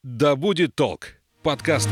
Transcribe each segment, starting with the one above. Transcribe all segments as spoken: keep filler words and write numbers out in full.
Да будет толк. Подкасты.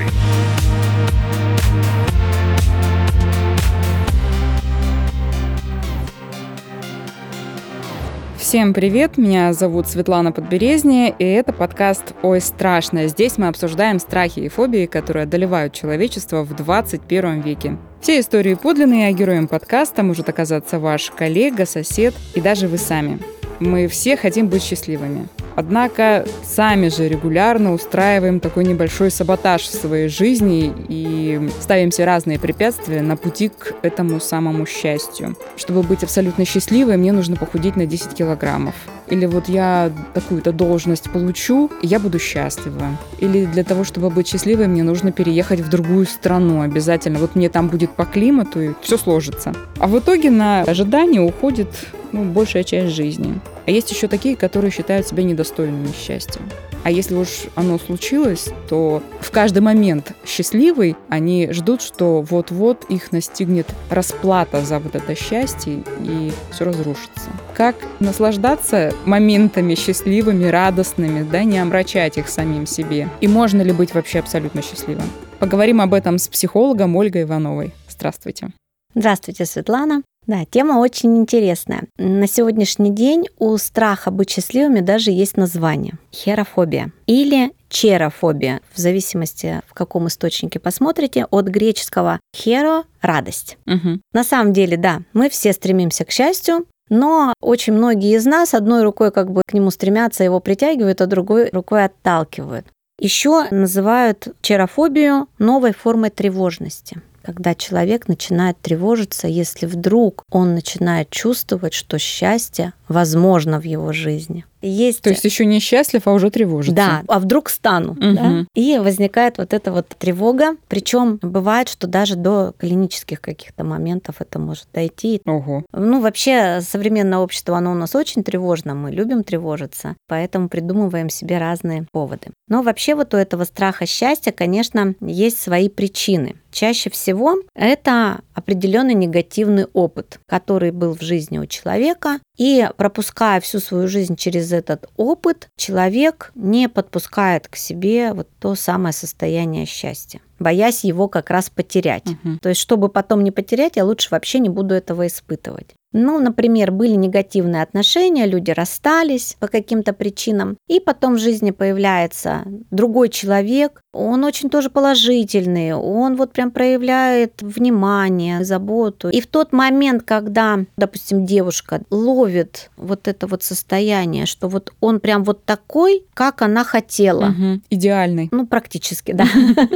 Всем привет, меня зовут Светлана Подберезня, и это подкаст «Ой, страшно». Здесь мы обсуждаем страхи и фобии, которые одолевают человечество в двадцать первом веке. Все истории подлинные, а героем подкаста может оказаться ваш коллега, сосед и даже вы сами. Мы все хотим быть счастливыми. Однако сами же регулярно устраиваем такой небольшой саботаж в своей жизни и ставим себе разные препятствия на пути к этому самому счастью. Чтобы быть абсолютно счастливой, мне нужно похудеть на десять килограммов. Или вот я такую-то должность получу, и я буду счастлива. Или для того, чтобы быть счастливой, мне нужно переехать в другую страну обязательно. Вот мне там будет по климату, и все сложится. А в итоге на ожидание уходит ну, большая часть жизни. А есть еще такие, которые считают себя недостойными счастья. А если уж оно случилось, то в каждый момент счастливый они ждут, что вот-вот их настигнет расплата за вот это счастье, и все разрушится. Как наслаждаться моментами счастливыми, радостными, да, не омрачать их самим себе? И можно ли быть вообще абсолютно счастливым? Поговорим об этом с психологом Ольгой Ивановой. Здравствуйте. Здравствуйте, Светлана. Да, тема очень интересная. На сегодняшний день у страха быть счастливыми даже есть название – херофобия или черофобия, в зависимости, в каком источнике посмотрите, от греческого «херо» – радость. Угу. На самом деле, да, мы все стремимся к счастью, но очень многие из нас одной рукой как бы к нему стремятся, его притягивают, а другой рукой отталкивают. Еще называют черофобию новой формой тревожности. Когда человек начинает тревожиться, если вдруг он начинает чувствовать, что счастье возможно в его жизни. Есть... То есть еще не счастлив, а уже тревожится. Да, а вдруг стану. Угу. Да? И возникает вот эта вот тревога. Причем бывает, что даже до клинических каких-то моментов это может дойти. Ого. Ну, вообще, современное общество, оно у нас очень тревожно, мы любим тревожиться, поэтому придумываем себе разные поводы. Но вообще вот у этого страха счастья, конечно, есть свои причины. Чаще всего это определенный негативный опыт, который был в жизни у человека, и пропуская всю свою жизнь через этот опыт, человек не подпускает к себе вот то самое состояние счастья, боясь его как раз потерять. Угу. То есть, чтобы потом не потерять, я лучше вообще не буду этого испытывать. Ну, например, были негативные отношения, люди расстались по каким-то причинам, и потом в жизни появляется другой человек, он очень тоже положительный, он вот прям проявляет внимание, заботу. И в тот момент, когда, допустим, девушка ловит вот это вот состояние, что вот он прям вот такой, как она хотела. Угу. Идеальный. Ну, практически, да.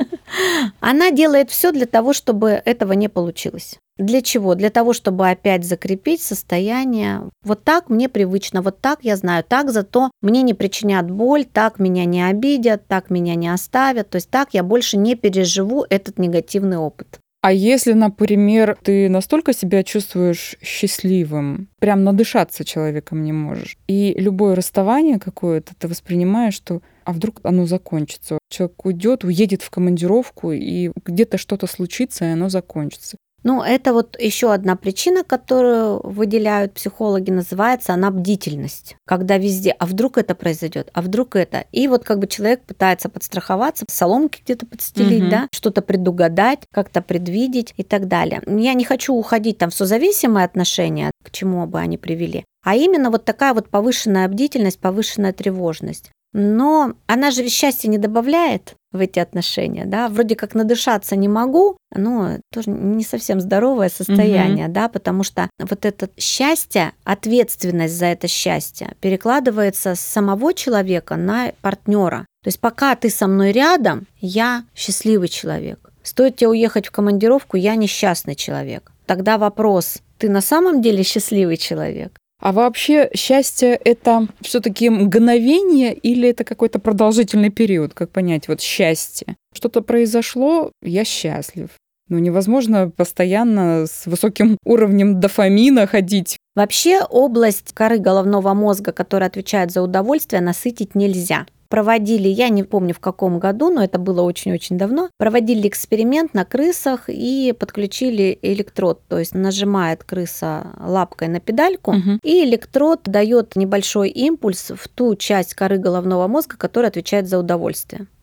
Она делает все для того, чтобы этого не получилось. Для чего? Для того, чтобы опять закрепить состояние. Вот так мне привычно, вот так я знаю, так зато мне не причинят боль, так меня не обидят, так меня не оставят. То есть так я больше не переживу этот негативный опыт. А если, например, ты настолько себя чувствуешь счастливым, прям надышаться человеком не можешь, и любое расставание какое-то ты воспринимаешь, что а вдруг оно закончится? Человек уйдет, уедет в командировку, и где-то что-то случится, и оно закончится. Ну, это вот еще одна причина, которую выделяют психологи, называется она бдительность. Когда везде, а вдруг это произойдет, а вдруг это. И вот как бы человек пытается подстраховаться, соломки где-то подстелить, угу. да, что-то предугадать, как-то предвидеть и так далее. Я не хочу уходить там в созависимые отношения, к чему бы они привели, а именно вот такая вот повышенная бдительность, повышенная тревожность. Но она же счастья не добавляет в эти отношения, да, вроде как надышаться не могу, но тоже не совсем здоровое состояние, угу. да, потому что вот это счастье, ответственность за это счастье перекладывается с самого человека на партнера. То есть пока ты со мной рядом, я счастливый человек. Стоит тебе уехать в командировку, я несчастный человек. Тогда вопрос, ты на самом деле счастливый человек? А вообще счастье — это все-таки мгновение или это какой-то продолжительный период? Как понять вот счастье? Что-то произошло, я счастлив. Но невозможно постоянно с высоким уровнем дофамина ходить. Вообще область коры головного мозга, которая отвечает за удовольствие, насытить нельзя. Проводили, я не помню в каком году, но это было очень-очень давно, проводили эксперимент на крысах и подключили электрод, то есть нажимает крыса лапкой на педальку, угу. и электрод дает небольшой импульс в ту часть коры головного мозга, которая отвечает за удовольствие.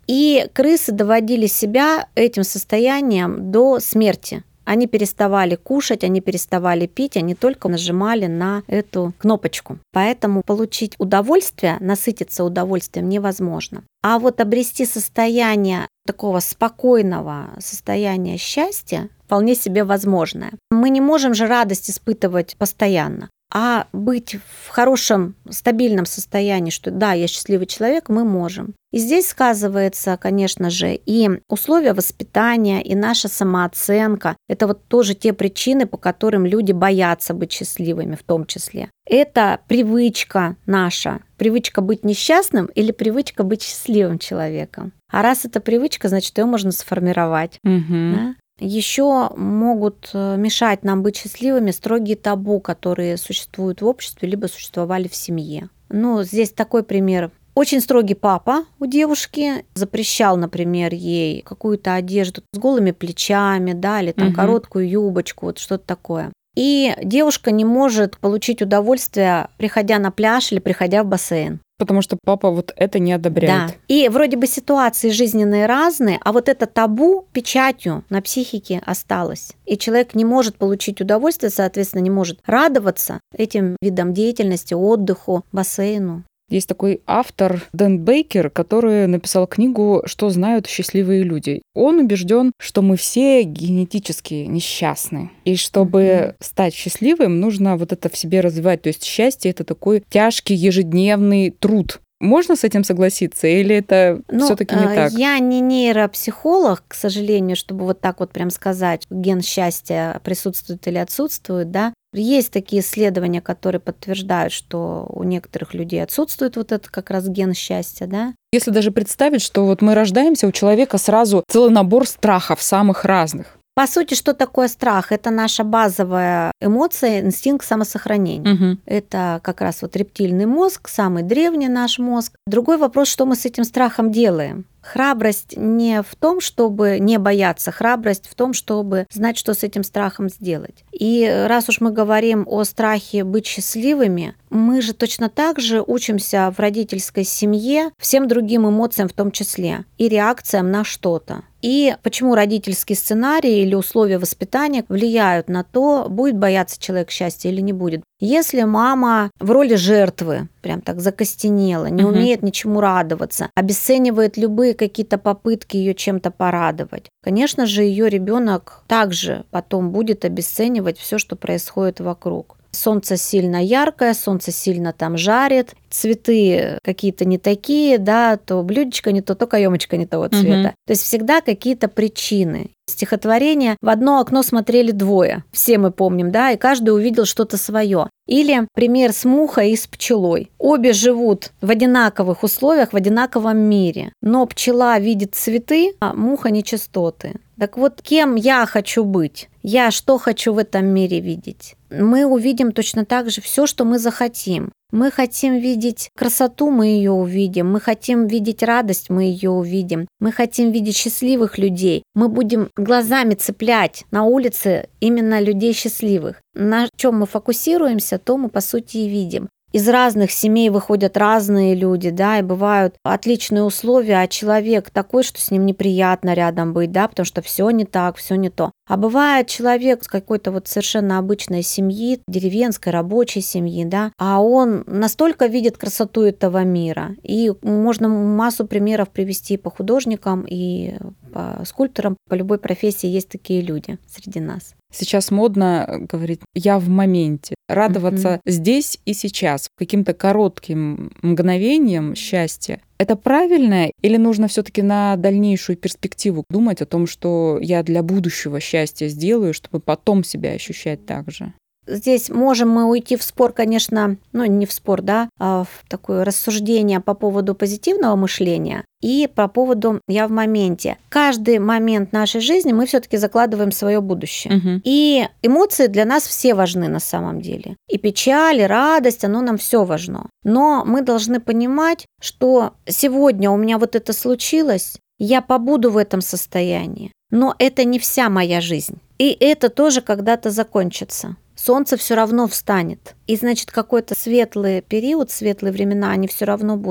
И крысы доводили себя этим состоянием до смерти. Они переставали кушать, они переставали пить, они только нажимали на эту кнопочку. Поэтому получить удовольствие, насытиться удовольствием невозможно. А вот обрести состояние такого спокойного состояния счастья вполне себе возможное. Мы не можем же радость испытывать постоянно. А быть в хорошем, стабильном состоянии, что да, я счастливый человек, мы можем. И здесь сказывается, конечно же, и условия воспитания, и наша самооценка. Это вот тоже те причины, по которым люди боятся быть счастливыми в том числе. Это привычка наша, привычка быть несчастным или привычка быть счастливым человеком. А раз это привычка, значит, ее можно сформировать. Угу. Да? Еще могут мешать нам быть счастливыми строгие табу, которые существуют в обществе, либо существовали в семье. Ну, здесь такой пример. Очень строгий папа у девушки запрещал, например, ей какую-то одежду с голыми плечами, да, или там Мгм. короткую юбочку, вот что-то такое. И девушка не может получить удовольствие, приходя на пляж или приходя в бассейн. Потому что папа вот это не одобряет. Да. И вроде бы ситуации жизненные разные, а вот это табу печатью на психике осталось. И человек не может получить удовольствие, соответственно, не может радоваться этим видам деятельности, отдыху, бассейну. Есть такой автор Дэн Бейкер, который написал книгу «Что знают счастливые люди». Он убежден, что мы все генетически несчастны. И чтобы Мгм. стать счастливым, нужно вот это в себе развивать. То есть счастье — это такой тяжкий ежедневный труд. Можно с этим согласиться, или это Ну, все-таки не э, так? я не нейропсихолог, к сожалению, чтобы вот так вот прям сказать, ген счастья присутствует или отсутствует, да. Есть такие исследования, которые подтверждают, что у некоторых людей отсутствует вот этот как раз ген счастья, да. Если даже представить, что вот мы рождаемся, у человека сразу целый набор страхов самых разных. По сути, что такое страх? Это наша базовая эмоция, инстинкт самосохранения. Мгм. Это как раз вот рептильный мозг, самый древний наш мозг. Другой вопрос, что мы с этим страхом делаем. Храбрость не в том, чтобы не бояться, храбрость в том, чтобы знать, что с этим страхом сделать. И раз уж мы говорим о страхе быть счастливыми, мы же точно так же учимся в родительской семье всем другим эмоциям в том числе и реакциям на что-то. И почему родительский сценарий или условия воспитания влияют на то, будет бояться человек счастья или не будет. Если мама в роли жертвы, прям так закостенела, не Мгм. умеет ничему радоваться, обесценивает любые какие-то попытки ее чем-то порадовать, конечно же, ее ребенок также потом будет обесценивать все, что происходит вокруг. Солнце сильно яркое, солнце сильно там жарит, цветы какие-то не такие, да, то блюдечко не то, то каемочка не того цвета. Мгм. То есть всегда какие-то причины. Стихотворение «В одно окно смотрели двое». Все мы помним, да, и каждый увидел что-то свое. Или пример с мухой и с пчелой. Обе живут в одинаковых условиях, в одинаковом мире. Но пчела видит цветы, а муха нечистоты. Так вот, кем я хочу быть? Я что хочу в этом мире видеть? Мы увидим точно так же все, что мы захотим. Мы хотим видеть красоту, мы ее увидим. Мы хотим видеть радость, мы ее увидим. Мы хотим видеть счастливых людей. Мы будем глазами цеплять на улице именно людей счастливых. На чем мы фокусируемся, то мы по сути и видим. Из разных семей выходят разные люди, да, и бывают отличные условия, а человек такой, что с ним неприятно рядом быть, да, потому что все не так, все не то. А бывает человек с какой-то вот совершенно обычной семьи, деревенской, рабочей семьи, да, а он настолько видит красоту этого мира. И можно массу примеров привести по художникам, и по скульпторам, по любой профессии есть такие люди среди нас. Сейчас модно говорить «я в моменте», радоваться здесь и сейчас, каким-то коротким мгновением счастья. Это правильно или нужно все-таки на дальнейшую перспективу думать о том, что я для будущего счастья сделаю, чтобы потом себя ощущать так же? Здесь можем мы уйти в спор, конечно, ну не в спор, да, а в такое рассуждение по поводу позитивного мышления и по поводу «я в моменте». Каждый момент нашей жизни мы все-таки закладываем в свое будущее. Мгм. И эмоции для нас все важны на самом деле. И печаль, и радость, оно нам все важно. Но мы должны понимать, что сегодня у меня вот это случилось, я побуду в этом состоянии, но это не вся моя жизнь. И это тоже когда-то закончится. Солнце все равно встанет. И значит, какой-то светлый период, светлые времена, они все равно будут.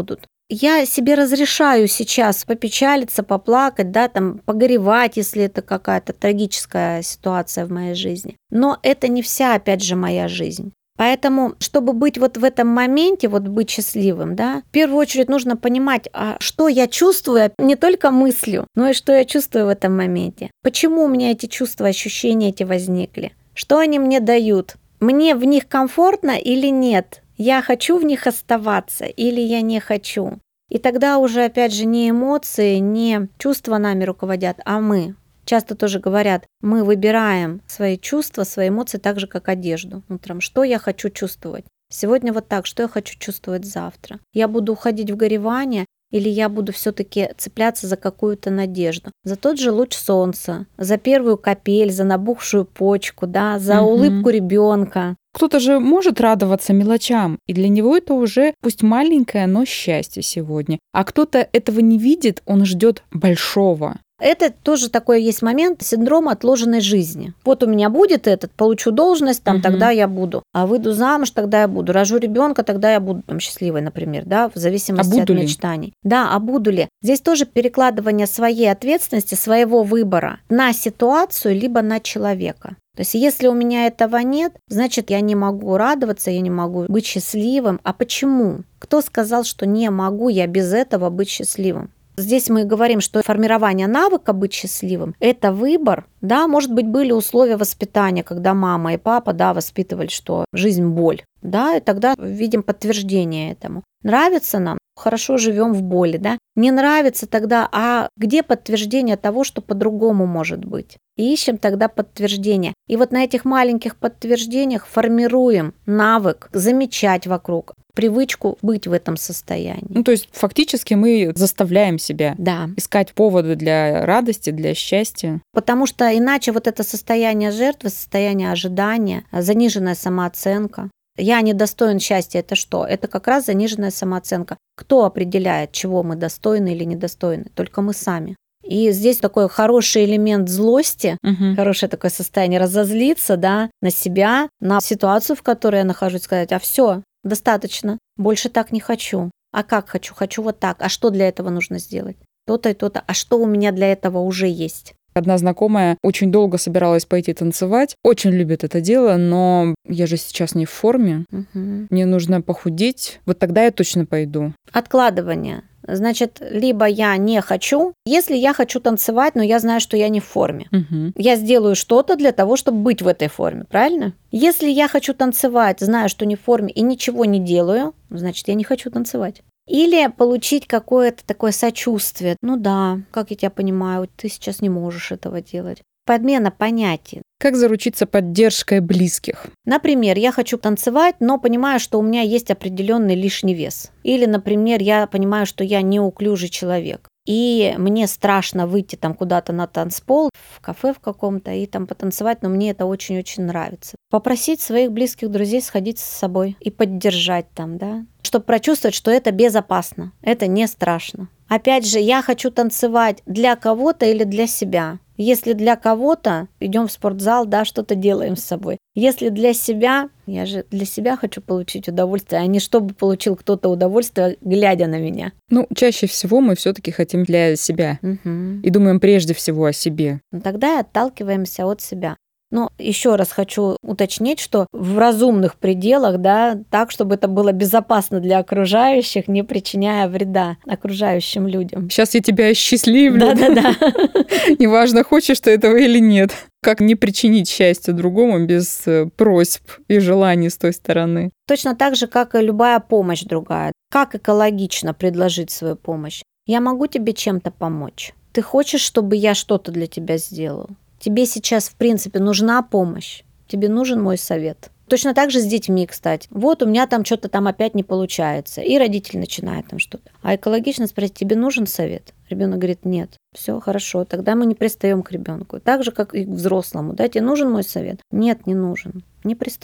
Я себе разрешаю сейчас попечалиться, поплакать, да, там, погоревать, если это какая-то трагическая ситуация в моей жизни. Но это не вся, опять же, моя жизнь. Поэтому, чтобы быть вот в этом моменте, вот быть счастливым, да, в первую очередь нужно понимать, а что я чувствую, не только мыслью, но и что я чувствую в этом моменте. Почему у меня эти чувства, ощущения эти возникли? Что они мне дают? Мне в них комфортно или нет? Я хочу в них оставаться или я не хочу? И тогда уже, опять же, не эмоции, не чувства нами руководят, а мы. Часто тоже говорят, мы выбираем свои чувства, свои эмоции так же, как одежду утром. Что я хочу чувствовать? Сегодня вот так, что я хочу чувствовать завтра? Я буду уходить в горевание или я буду все-таки цепляться за какую-то надежду? За тот же луч солнца, за первую капель, за набухшую почку, да, за Мгм. улыбку ребенка. Кто-то же может радоваться мелочам, и для него это уже пусть маленькое, но счастье сегодня. А кто-то этого не видит, он ждет большого. Это тоже такой есть момент синдрома отложенной жизни. Вот у меня будет этот, получу должность, там, Мгм. тогда я буду. А выйду замуж, тогда я буду. Рожу ребенка, тогда я буду там счастливой, например, да, в зависимости А буду от ли? мечтаний. Да, а буду ли? Здесь тоже перекладывание своей ответственности, своего выбора на ситуацию, либо на человека. То есть если у меня этого нет, значит, я не могу радоваться, я не могу быть счастливым. А почему? Кто сказал, что не могу я без этого быть счастливым? Здесь мы говорим, что формирование навыка быть счастливым – это выбор. Да, может быть, были условия воспитания, когда мама и папа, да, воспитывали, что жизнь – боль. Да, и тогда видим подтверждение этому. Нравится нам? Хорошо живем в боли, да? Не нравится тогда, а где подтверждение того, что по-другому может быть? И ищем тогда подтверждение. И вот на этих маленьких подтверждениях формируем навык замечать вокруг, привычку быть в этом состоянии. Ну, то есть фактически мы заставляем себя Да, искать поводы для радости, для счастья. потому что иначе вот это состояние жертвы, состояние ожидания, заниженная самооценка. Я недостоин счастья, это что? Это как раз заниженная самооценка. Кто определяет, чего мы достойны или недостойны? Только мы сами. И здесь такой хороший элемент злости, Мгм. хорошее такое состояние разозлиться, да, на себя, на ситуацию, в которой я нахожусь, сказать, а все, достаточно, больше так не хочу. А как хочу? Хочу вот так. А что для этого нужно сделать? То-то и то-то. А что у меня для этого уже есть? Одна знакомая очень долго собиралась пойти танцевать, очень любит это дело, но я же сейчас не в форме, Мгм. мне нужно похудеть, вот тогда я точно пойду. Откладывание. Значит, либо я не хочу, если я хочу танцевать, но я знаю, что я не в форме. Мгм. Я сделаю что-то для того, чтобы быть в этой форме, правильно? Если я хочу танцевать, знаю, что не в форме и ничего не делаю, значит, я не хочу танцевать. Или получить какое-то такое сочувствие. Ну да, как я тебя понимаю, ты сейчас не можешь этого делать. Подмена понятий. Как заручиться поддержкой близких? Например, я хочу танцевать, но понимаю, что у меня есть определенный лишний вес. Или, например, я понимаю, что я неуклюжий человек. И мне страшно выйти там куда-то на танцпол, в кафе в каком-то, и там потанцевать, но мне это очень-очень нравится. Попросить своих близких друзей сходить с собой и поддержать там, да, чтобы прочувствовать, что это безопасно, это не страшно. Опять же, я хочу танцевать для кого-то или для себя. Если для кого-то, идем в спортзал, да, что-то делаем с собой. Если для себя, я же для себя хочу получить удовольствие, а не чтобы получил кто-то удовольствие, глядя на меня. Ну, чаще всего мы все-таки хотим для себя Мгм. и думаем прежде всего о себе. Ну, тогда и отталкиваемся от себя. Но еще раз хочу уточнить, что в разумных пределах, да, так, чтобы это было безопасно для окружающих, не причиняя вреда окружающим людям. Сейчас я тебя осчастливлю. Да-да-да. Неважно, хочешь ты этого или нет. Как не причинить счастье другому без э, просьб и желаний с той стороны. Точно так же, как и любая помощь другая. Как экологично предложить свою помощь? Я могу тебе чем-то помочь? Ты хочешь, чтобы я что-то для тебя сделал? Тебе сейчас, в принципе, нужна помощь? Тебе нужен мой совет? Точно так же с детьми, кстати. Вот у меня там что-то там опять не получается. И родитель начинает там что-то. А экологично спросить, тебе нужен совет? Ребенок говорит, нет. Все хорошо, тогда мы не пристаем к ребенку. Так же, как и к взрослому. Да, тебе нужен мой совет? Нет, не нужен. Не пристаем.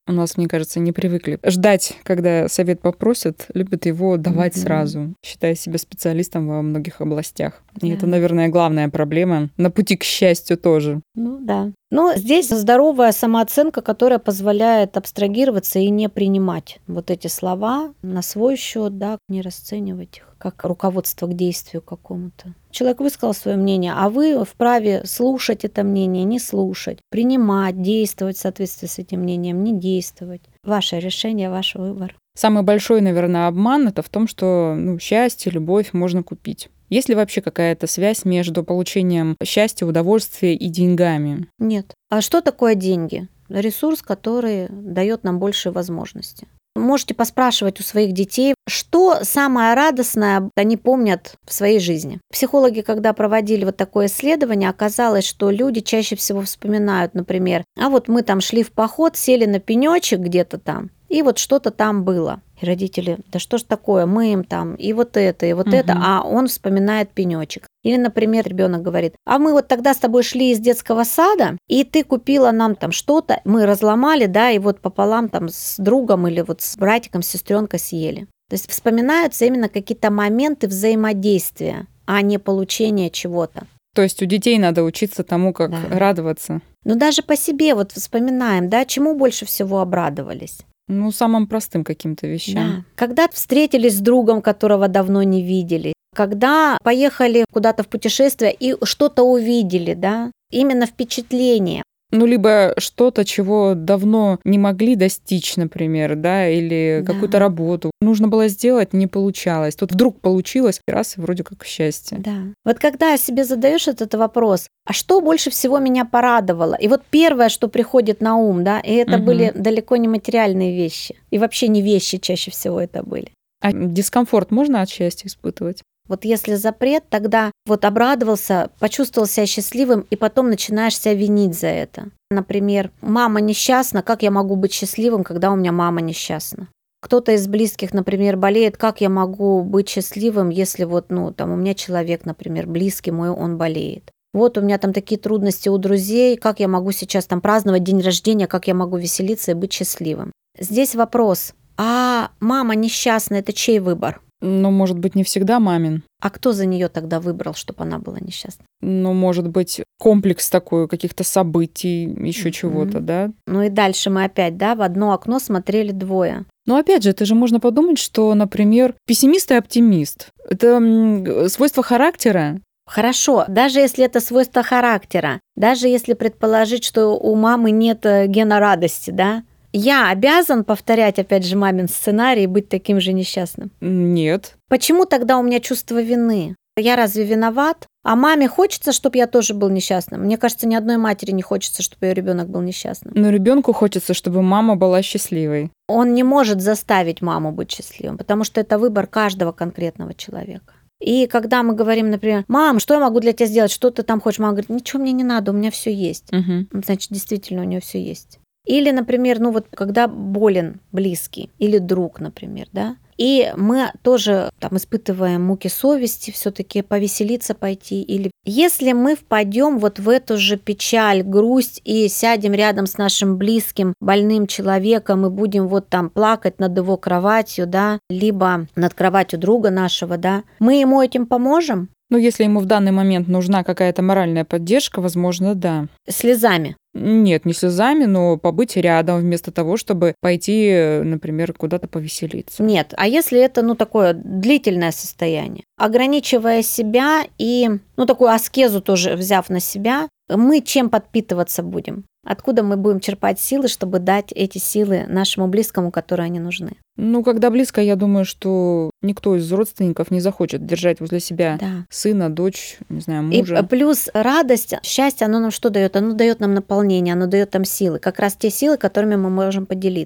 У нас, мне кажется, не привыкли ждать, когда совет попросят, любят его давать mm-hmm. сразу, считая себя специалистом во многих областях. И yeah. это, наверное, главная проблема. На пути к счастью тоже. Ну да. Но здесь здоровая самооценка, которая позволяет абстрагироваться и не принимать вот эти слова на свой счет, да, не расценивать их как руководство к действию какому-то. Человек высказал свое мнение, а вы вправе слушать это мнение, не слушать, принимать, действовать в соответствии с этим мнением, не действовать. Ваше решение, ваш выбор. Самый большой, наверное, обман — это в том, что ну, счастье, любовь можно купить. Есть ли вообще какая-то связь между получением счастья, удовольствия и деньгами? Нет. А что такое деньги? Ресурс, который дает нам большие возможности. Можете поспрашивать у своих детей, что самое радостное они помнят в своей жизни. Психологи, когда проводили вот такое исследование, оказалось, что люди чаще всего вспоминают, например, а вот мы там шли в поход, сели на пенечек где-то там, и вот что-то там было. И родители, да что ж такое, мы им там и вот это, и вот угу. это, а он вспоминает пенечек. Или, например, ребенок говорит, а мы вот тогда с тобой шли из детского сада, и ты купила нам там что-то, мы разломали, да, и вот пополам там с другом или вот с братиком, с сестренкой съели. То есть вспоминаются именно какие-то моменты взаимодействия, а не получения чего-то. То есть у детей надо учиться тому, как да. радоваться. Ну даже по себе вот вспоминаем, да, чему больше всего обрадовались. Ну, самым простым каким-то вещам. Да. Когда встретились с другом, которого давно не видели, когда поехали куда-то в путешествие и что-то увидели, да, именно впечатление. Ну, либо что-то, чего давно не могли достичь, например, да, или да. какую-то работу. Нужно было сделать, не получалось. Тут вдруг получилось, раз, и вроде как счастье. Да. Вот когда себе задаешь этот вопрос, а что больше всего меня порадовало? И вот первое, что приходит на ум, да, и это угу. были далеко не материальные вещи. И вообще не вещи чаще всего это были. А дискомфорт можно от счастья испытывать? Вот если запрет, тогда вот обрадовался, почувствовал себя счастливым, и потом начинаешь себя винить за это. Например, мама несчастна, как я могу быть счастливым, когда у меня мама несчастна? Кто-то из близких, например, болеет, как я могу быть счастливым, если вот, ну, там у меня человек, например, близкий мой, он болеет. Вот у меня там такие трудности у друзей, как я могу сейчас там праздновать день рождения, как я могу веселиться и быть счастливым? Здесь вопрос, а мама несчастная, это чей выбор? Ну, может быть, не всегда мамин. А кто за нее тогда выбрал, чтобы она была несчастна? Ну, может быть, комплекс такой, каких-то событий, еще mm-hmm. чего-то, да? Ну и дальше мы опять, да, в одно окно смотрели двое. Но опять же, это же можно подумать, что, например, пессимист и оптимист – это свойство характера. Хорошо, даже если это свойство характера, даже если предположить, что у мамы нет гена радости, да, я обязан повторять, опять же, мамин сценарий и быть таким же несчастным? Нет. Почему тогда у меня чувство вины? Я разве виноват? А маме хочется, чтобы я тоже был несчастным? Мне кажется, ни одной матери не хочется, чтобы ее ребенок был несчастным. Но ребенку хочется, чтобы мама была счастливой. Он не может заставить маму быть счастливым, потому что это выбор каждого конкретного человека. И когда мы говорим, например, мам, что я могу для тебя сделать, что ты там хочешь? Мама говорит, ничего мне не надо, у меня все есть. Угу. Значит, действительно, у нее все есть. Или, например, ну вот когда болен близкий или друг, например, да, и мы тоже там испытываем муки совести, все-таки повеселиться пойти. Или если мы впадем вот в эту же печаль, грусть и сядем рядом с нашим близким больным человеком и будем вот там плакать над его кроватью, да, либо над кроватью друга нашего, да, мы ему этим поможем? Ну, если ему в данный момент нужна какая-то моральная поддержка, возможно, да. Слезами? Нет, не слезами, но побыть рядом вместо того, чтобы пойти, например, куда-то повеселиться. Нет, а если это, ну, такое длительное состояние? Ограничивая себя и, ну, такую аскезу тоже взяв на себя, мы чем подпитываться будем? Откуда мы будем черпать силы, чтобы дать эти силы нашему близкому, которые они нужны? Ну, когда близко, я думаю, что никто из родственников не захочет держать возле себя да. сына, дочь, не знаю, мужа. И плюс радость, счастье, оно нам что дает? Оно дает нам наполнение, оно дает нам силы. Как раз те силы, которыми мы можем поделиться.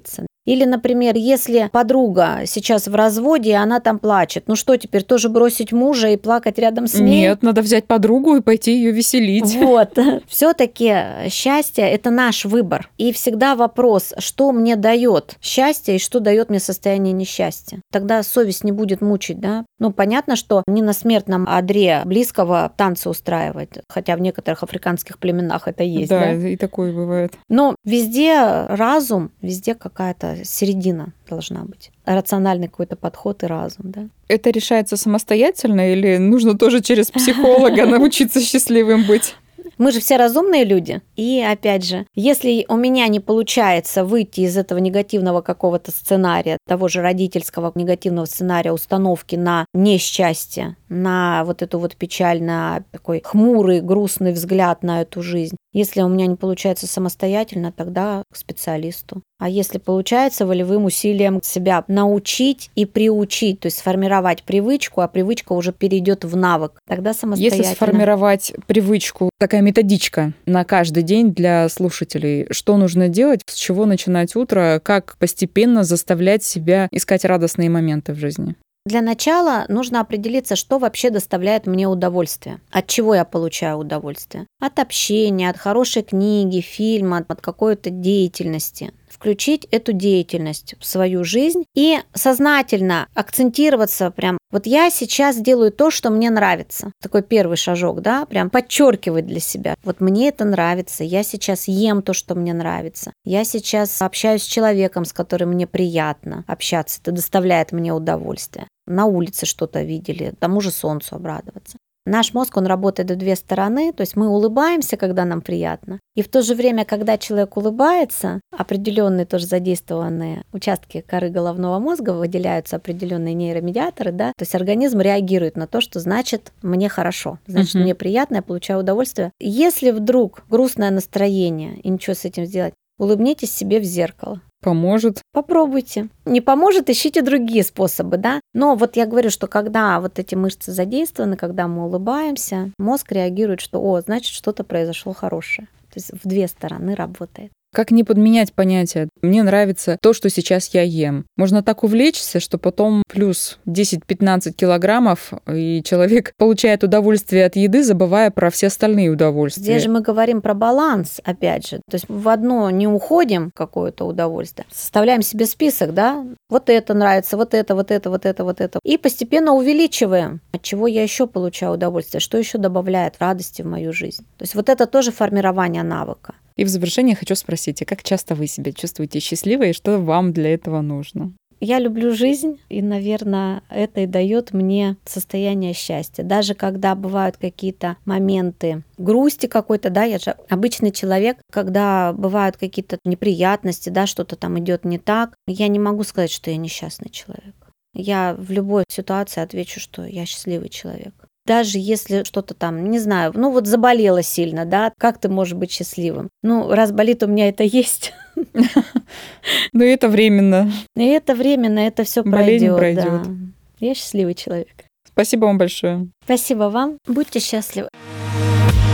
Или, например, если подруга сейчас в разводе, и она там плачет, ну что теперь, тоже бросить мужа и плакать рядом с ней? Нет, надо взять подругу и пойти ее веселить. Вот. Все-таки счастье – это наш выбор. И всегда вопрос, что мне дает счастье и что дает мне состояние несчастья. Тогда совесть не будет мучить, да? Ну, понятно, что не на смертном одре близкого танцы устраивать, хотя в некоторых африканских племенах это есть, да? Да, и такое бывает. Но везде разум, везде какая-то середина должна быть. Рациональный какой-то подход и разум, да? Это решается самостоятельно или нужно тоже через психолога научиться счастливым быть? Мы же все разумные люди. И опять же, если у меня не получается выйти из этого негативного какого-то сценария, того же родительского негативного сценария установки на несчастье, на вот эту вот печаль, на такой хмурый, грустный взгляд на эту жизнь, если у меня не получается самостоятельно, тогда к специалисту. А если получается, волевым усилием себя научить и приучить, то есть сформировать привычку, а привычка уже перейдет в навык, тогда самостоятельно. Если сформировать привычку, такая методичка на каждый день для слушателей, что нужно делать, с чего начинать утро, как постепенно заставлять себя искать радостные моменты в жизни? Для начала нужно определиться, что вообще доставляет мне удовольствие. От чего я получаю удовольствие? От общения, от хорошей книги, фильма, от какой-то деятельности. Включить эту деятельность в свою жизнь и сознательно акцентироваться прям. Вот я сейчас делаю то, что мне нравится. Такой первый шажок, да, прям подчеркивать для себя. Вот мне это нравится, я сейчас ем то, что мне нравится. Я сейчас общаюсь с человеком, с которым мне приятно общаться, это доставляет мне удовольствие. На улице что-то видели, тому же солнцу обрадоваться. Наш мозг, он работает в две стороны, то есть мы улыбаемся, когда нам приятно, и в то же время, когда человек улыбается, определенные тоже задействованные участки коры головного мозга, выделяются определенные нейромедиаторы, да, то есть организм реагирует на то, что значит мне хорошо, значит Мгм. мне приятно, я получаю удовольствие. Если вдруг грустное настроение и ничего с этим сделать, улыбнитесь себе в зеркало. Поможет. Попробуйте. Не поможет, ищите другие способы, да. Но вот я говорю, что когда вот эти мышцы задействованы, когда мы улыбаемся, мозг реагирует, что, о, значит, что-то произошло хорошее. То есть в две стороны работает. Как не подменять понятие? Мне нравится то, что сейчас я ем. Можно так увлечься, что потом плюс десять-пятнадцать килограммов, и человек получает удовольствие от еды, забывая про все остальные удовольствия. Здесь же мы говорим про баланс, опять же. То есть в одно не уходим, какое-то удовольствие. Составляем себе список, да? Вот это нравится, вот это, вот это, вот это, вот это. И постепенно увеличиваем. От чего я еще получаю удовольствие? Что еще добавляет радости в мою жизнь? То есть вот это тоже формирование навыка. И в завершение хочу спросить, а как часто вы себя чувствуете счастливой и что вам для этого нужно? Я люблю жизнь, и, наверное, это и дает мне состояние счастья. Даже когда бывают какие-то моменты грусти какой-то, да, я же обычный человек, когда бывают какие-то неприятности, да, что-то там идет не так, я не могу сказать, что я несчастный человек. Я в любой ситуации отвечу, что я счастливый человек. Даже если что-то там, не знаю, ну вот заболела сильно, да, как ты можешь быть счастливым? Ну, раз болит, у меня это есть. Ну, это временно. И это временно, это все Болезнь пройдет. пройдет. Да. Я счастливый человек. Спасибо вам большое. Спасибо вам. Будьте счастливы.